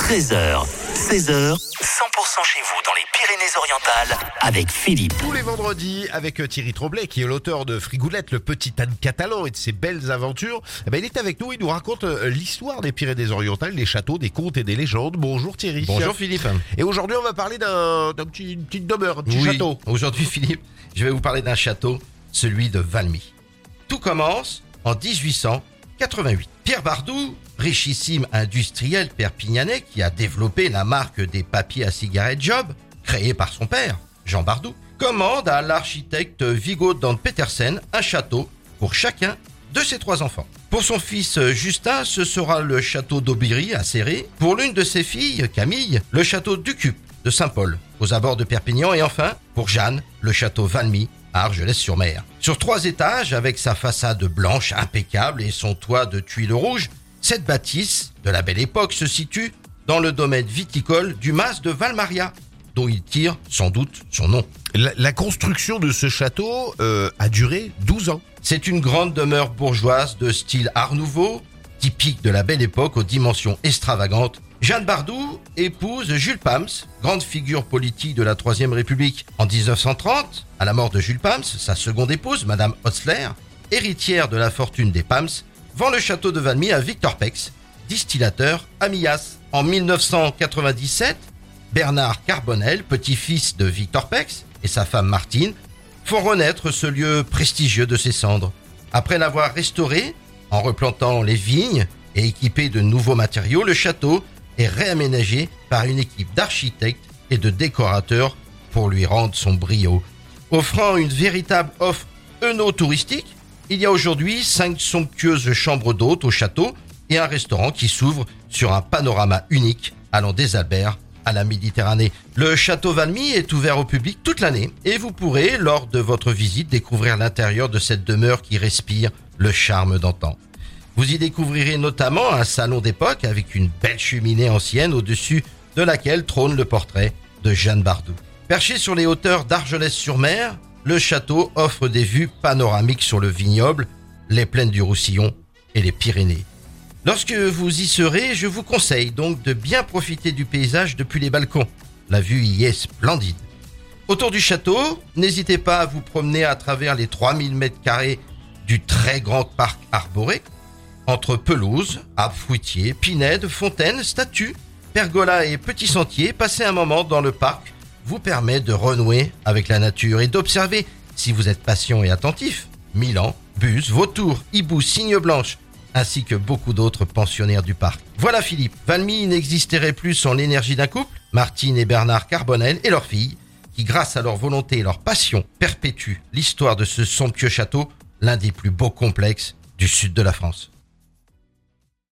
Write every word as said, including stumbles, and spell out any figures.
treize heures, seize heures, cent pour cent chez vous dans les Pyrénées-Orientales avec Philippe. Tous les vendredis, avec Thierry Troblet, qui est l'auteur de Frigoulette, le petit âne catalan et de ses belles aventures, eh ben, il est avec nous, il nous raconte l'histoire des Pyrénées-Orientales, des châteaux, des contes et des légendes. Bonjour Thierry. Bonjour Philippe. Et aujourd'hui, on va parler d'un, d'un petit, une petite demeure, un petit oui, château. Aujourd'hui Philippe, je vais vous parler d'un château, celui de Valmy. Tout commence en dix-huit cent quatre-vingt-huit. Pierre Bardou, richissime industriel perpignanais qui a développé la marque des papiers à cigarettes Job, créée par son père, Jean Bardou, commande à l'architecte Viggo Dan Petersen un château pour chacun de ses trois enfants. Pour son fils Justin, ce sera le château d'Aubéry à Céré. Pour l'une de ses filles, Camille, le château d'Ucup de Saint-Paul, aux abords de Perpignan. Et enfin, pour Jeanne, le château Valmy à Argelès-sur-Mer. Sur trois étages, avec sa façade blanche impeccable et son toit de tuiles rouges, cette bâtisse de la belle époque se situe dans le domaine viticole du mas de Valmaria, dont il tire sans doute son nom. La, la construction de ce château euh, a duré douze ans. C'est une grande demeure bourgeoise de style Art Nouveau, typique de la belle époque aux dimensions extravagantes. Jeanne Bardou épouse Jules Pams, grande figure politique de la Troisième République. En dix-neuf cent trente, à la mort de Jules Pams, sa seconde épouse, Madame Hotzler, héritière de la fortune des Pams, vend le château de Valmy à Victor Pex, distillateur à Millas. En dix-neuf cent quatre-vingt-dix-sept, Bernard Carbonel, petit-fils de Victor Pex, et sa femme Martine, font renaître ce lieu prestigieux de ses cendres. Après l'avoir restauré, en replantant les vignes et équipé de nouveaux matériaux, le château est réaménagé par une équipe d'architectes et de décorateurs pour lui rendre son brio. Offrant une véritable offre œno-touristique, il y a aujourd'hui cinq somptueuses chambres d'hôtes au château et un restaurant qui s'ouvre sur un panorama unique allant des Alberts à la Méditerranée. Le château Valmy est ouvert au public toute l'année et vous pourrez, lors de votre visite, découvrir l'intérieur de cette demeure qui respire le charme d'antan. Vous y découvrirez notamment un salon d'époque avec une belle cheminée ancienne au-dessus de laquelle trône le portrait de Jeanne Bardou. Perché sur les hauteurs d'Argelès-sur-Mer, le château offre des vues panoramiques sur le vignoble, les plaines du Roussillon et les Pyrénées. Lorsque vous y serez, je vous conseille donc de bien profiter du paysage depuis les balcons. La vue y est splendide. Autour du château, n'hésitez pas à vous promener à travers les trois mille mètres carrés du très grand parc arboré, entre pelouses, arbres fruitiers, pinèdes, fontaines, statues, pergolas et petits sentiers. Passer un moment dans le parc vous permet de renouer avec la nature et d'observer, si vous êtes patient et attentif, Milan, bus, vautours, hiboux, cygnes blanches, ainsi que beaucoup d'autres pensionnaires du parc. Voilà Philippe, Valmy n'existerait plus sans l'énergie d'un couple, Martine et Bernard Carbonel et leur fille, qui grâce à leur volonté et leur passion perpétuent l'histoire de ce somptueux château, l'un des plus beaux complexes du sud de la France.